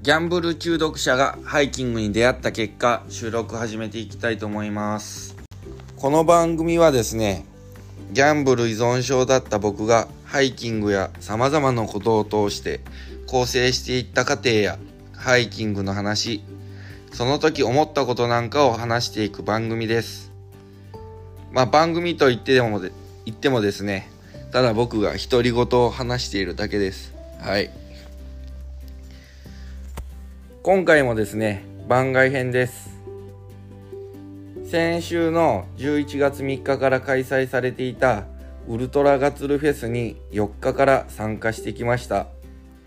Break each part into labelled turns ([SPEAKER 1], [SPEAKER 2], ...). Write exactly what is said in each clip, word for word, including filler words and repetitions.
[SPEAKER 1] ギャンブル中毒者がハイキングに出会った結果、収録始めていきたいと思います。この番組はですね、ギャンブル依存症だった僕がハイキングや様々なことを通して構成していった過程やハイキングの話、その時思ったことなんかを話していく番組です。まあ番組と言ってもで言ってもですね、ただ僕が独り言を話しているだけです。はい。今回もですね、番外編です。先週のじゅういちがつみっかから開催されていたウルトラガツルフェスによっかから参加してきました。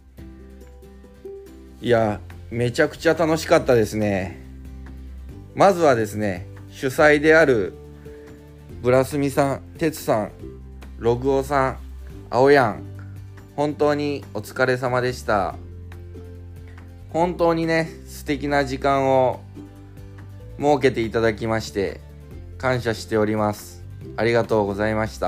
[SPEAKER 1] いや、めちゃくちゃ楽しかったですね。まずはですね、主催であるブラスミさん、テツさん、ログオさん、アオヤン、本当にお疲れ様でした。本当にね、素敵な時間を設けていただきまして感謝しております。ありがとうございました。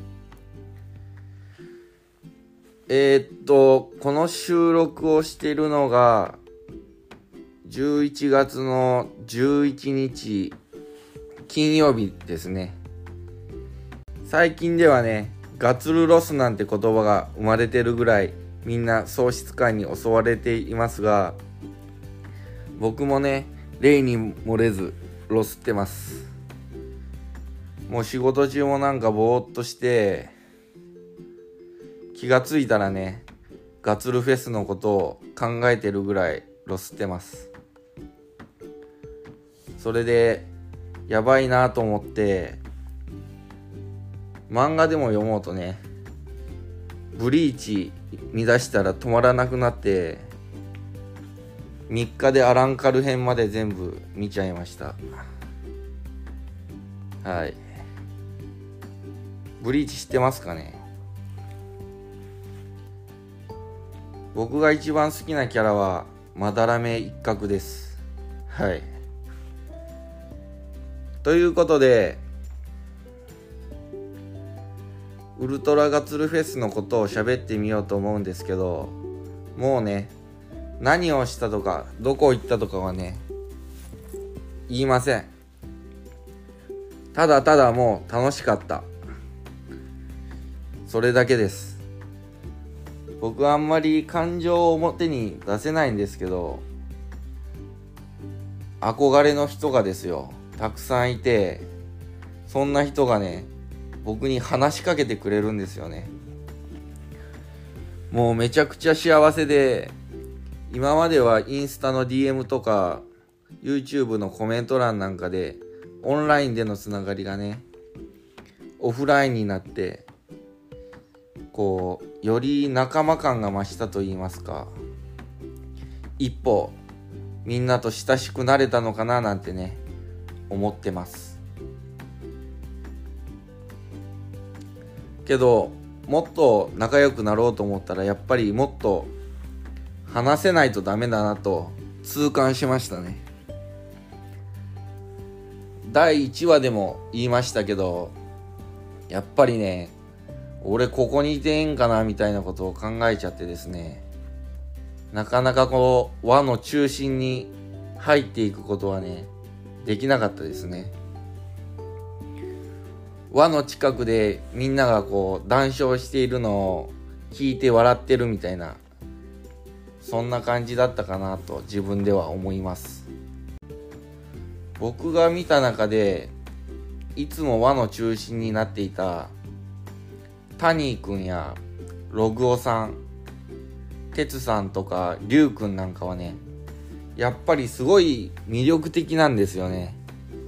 [SPEAKER 1] えー、っとこの収録をしているのがじゅういちがつのじゅういちにち金曜日ですね。最近ではね、ガツルロスなんて言葉が生まれてるぐらいみんな喪失感に襲われていますが、僕もね、例に漏れずロスってます。もう仕事中もなんかぼーっとして気がついたらね、ガツルフェスのことを考えてるぐらいロスってます。それでやばいなと思って漫画でも読もうとね、ブリーチ見出したら止まらなくなってみっかでアランカル編まで全部見ちゃいました。はい。ブリーチ知ってますかね。僕が一番好きなキャラはまだらめ一角です。はい。ということでウルトラガツルフェスのことを喋ってみようと思うんですけど、もうね、何をしたとかどこ行ったとかはね言いません。ただただもう楽しかった、それだけです。僕はあんまり感情を表に出せないんですけど、憧れの人がですよ、たくさんいて、そんな人がね僕に話しかけてくれるんですよね。もうめちゃくちゃ幸せで、今まではインスタの ディーエム とか YouTube のコメント欄なんかでオンラインでのつながりがねオフラインになって、こうより仲間感が増したと言いますか、一歩みんなと親しくなれたのかななんてね思ってます。けどもっと仲良くなろうと思ったら、やっぱりもっと話せないとダメだなと痛感しましたね。だいいちわでも言いましたけど、やっぱりね、俺ここにいてええんかなみたいなことを考えちゃってですね、なかなかこう輪の中心に入っていくことはねできなかったですね。輪の近くでみんながこう談笑しているのを聞いて笑ってるみたいな、そんな感じだったかなと自分では思います。僕が見た中でいつも輪の中心になっていたタニーくんやログオさん、テツさんとかリュウくんなんかはね、やっぱりすごい魅力的なんですよね。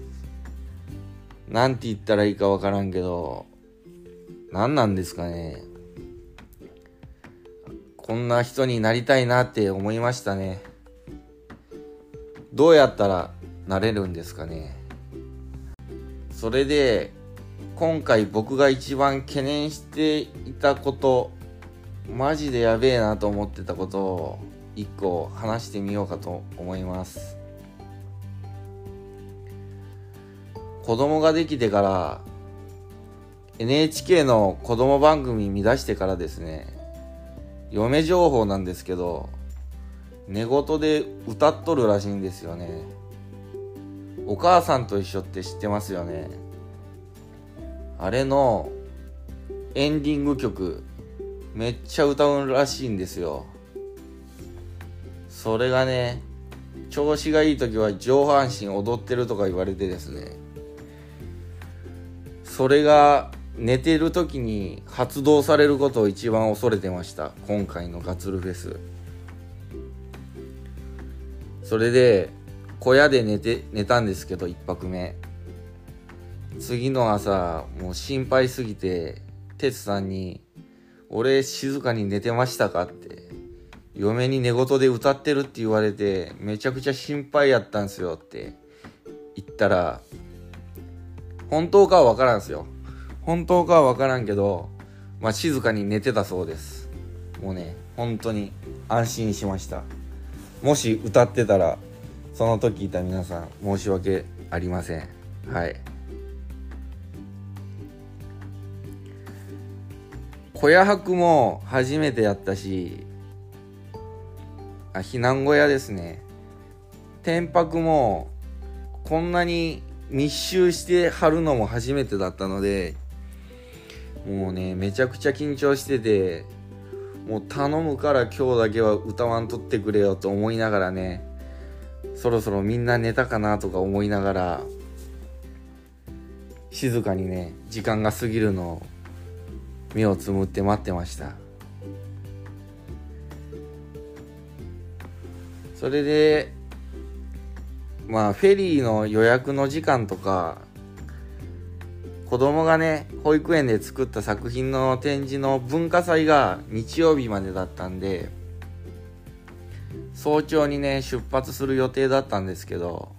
[SPEAKER 1] なんて言ったらいいかわからんけど、何なんですかね。こんな人になりたいなって思いましたね。どうやったらなれるんですかね。それで今回僕が一番懸念していたこと、マジでやべえなと思ってたことを一個話してみようかと思います。子供ができてから エヌエイチケー の子供番組見出してからですね、嫁情報なんですけど、 寝言で歌っとるらしいんですよね。お母さんと一緒って知ってますよね。あれのエンディング曲めっちゃ歌うらしいんですよ。それがね、調子がいい時は上半身踊ってるとか言われてですね、それが寝てる時に発動されることを一番恐れてました、今回のガツルフェス。それで小屋で寝て寝たんですけど、一泊目、次の朝もう心配すぎて哲さんに「俺静かに寝てましたか?」って、嫁に寝言で歌ってるって言われてめちゃくちゃ心配やったんすよって言ったら、本当かは分からんすよ。本当かは分からんけど、まあ静かに寝てたそうです。もうね、本当に安心しました。もし歌ってたらその時いた皆さん申し訳ありません。はい。小屋泊も初めてやったし、あ、避難小屋ですね。天泊もこんなに密集して張るのも初めてだったので、もうねめちゃくちゃ緊張してて、もう頼むから今日だけは歌わんとってくれよと思いながらね、そろそろみんな寝たかなとか思いながら静かにね時間が過ぎるのを目をつむって待ってました。それでまあフェリーの予約の時間とか、子供がね保育園で作った作品の展示の文化祭が日曜日までだったんで、早朝にね出発する予定だったんですけど、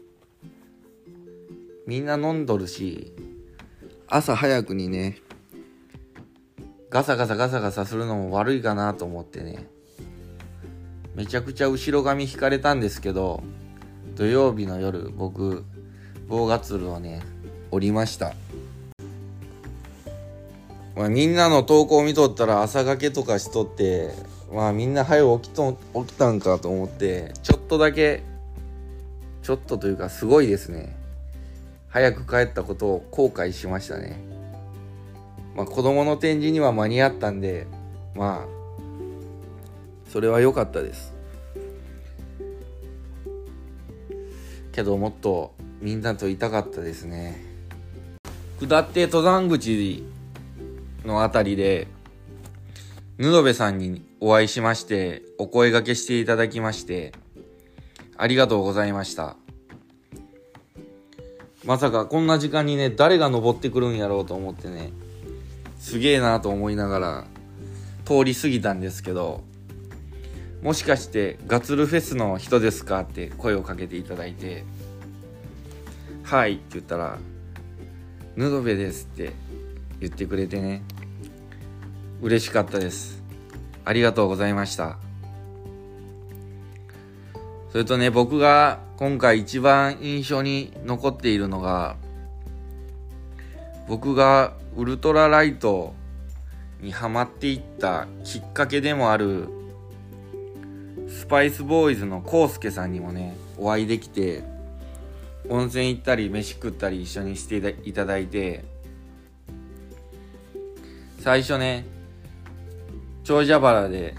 [SPEAKER 1] みんな飲んどるし、朝早くにねガサガサガサガサするのも悪いかなと思ってね、めちゃくちゃ後ろ髪引かれたんですけど、土曜日の夜僕棒ガツルをね降りました。まあ、みんなの投稿見とったら朝がけとかしとって、まあみんな早く起きと起きたんかと思って、ちょっとだけちょっとというかすごいですね、早く帰ったことを後悔しましたね。まあ子供の展示には間に合ったんで、まあそれは良かったです。けどもっとみんなといたかったですね。下って登山口のあたりで布部さんにお会いしまして、お声掛けしていただきましてありがとうございました。まさかこんな時間にね誰が登ってくるんやろうと思ってね、すげえなと思いながら通り過ぎたんですけど、もしかしてガツルフェスの人ですかって声をかけていただいて、はいって言ったら、布部ですって言ってくれてね、嬉しかったです。ありがとうございました。それとね、僕が今回一番印象に残っているのが、僕がウルトラライトにハマっていったきっかけでもあるスパイスボーイズのコウスケさんにもねお会いできて、温泉行ったり飯食ったり一緒にしていただいて、最初ね長者原で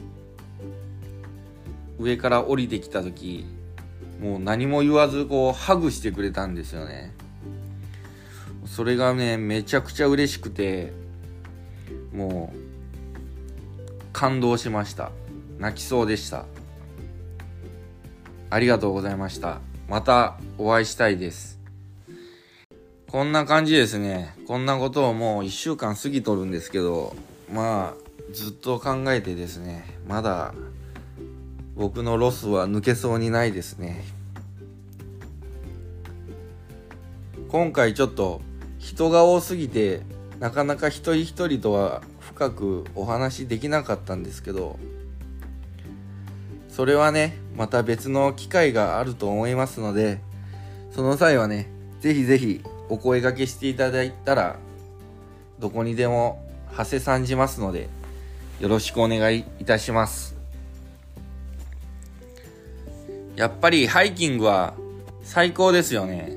[SPEAKER 1] 上から降りてきた時、もう何も言わずこうハグしてくれたんですよね。それがねめちゃくちゃ嬉しくて、もう感動しました。泣きそうでした。ありがとうございました。またお会いしたいです。こんな感じですね。こんなことをもういっしゅうかん過ぎとるんですけど、まあずっと考えてですね、まだ僕のロスは抜けそうにないですね。今回ちょっと人が多すぎてなかなか一人一人とは深くお話できなかったんですけど、それはねまた別の機会があると思いますので、その際はねぜひぜひお声掛けしていただいたらどこにでも馳せ参じますので、よろしくお願いいたします。 やっぱりハイキングは最高ですよね。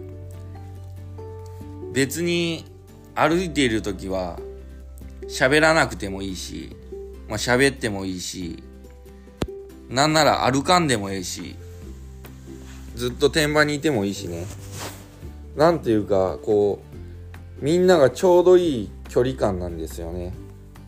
[SPEAKER 1] 別に歩いているときは喋らなくてもいいし、まあ、喋ってもいいし、なんなら歩かんでもいいし、ずっと天場にいてもいいしね。なんていうかこうみんながちょうどいい距離感なんですよね。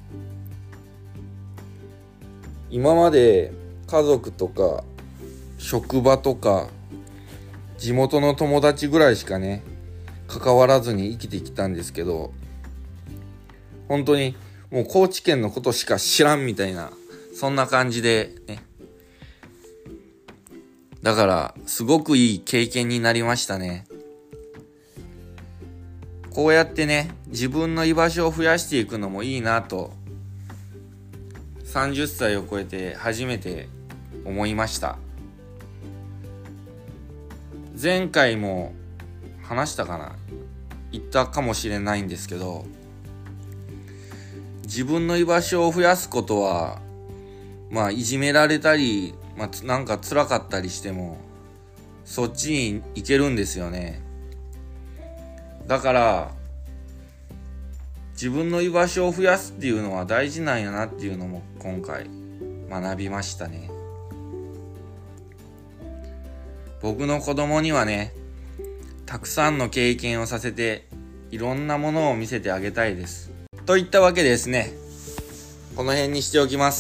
[SPEAKER 1] 今まで家族とか職場とか地元の友達ぐらいしかね関わらずに生きてきたんですけど、本当にもう高知県のことしか知らんみたいな、そんな感じでね。だからすごくいい経験になりましたね。こうやってね自分の居場所を増やしていくのもいいなとさんじゅっさいを超えて初めて思いました。前回も話したかな、言ったかもしれないんですけど、自分の居場所を増やすことはまあいじめられたり、まあ、なんか辛かったりしてもそっちに行けるんですよね。だから自分の居場所を増やすっていうのは大事なんやなっていうのも今回学びましたね。僕の子供にはねたくさんの経験をさせていろんなものを見せてあげたいです。といったわけでですね、この辺にしておきます。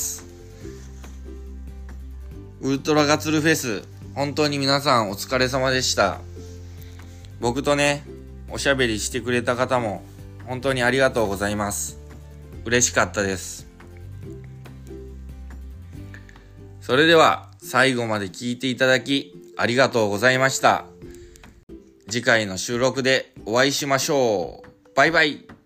[SPEAKER 1] ウルトラガツルフェス、本当に皆さんお疲れ様でした。僕とねおしゃべりしてくれた方も本当にありがとうございます。嬉しかったです。それでは最後まで聞いていただきありがとうございました。次回の収録でお会いしましょう。バイバイ。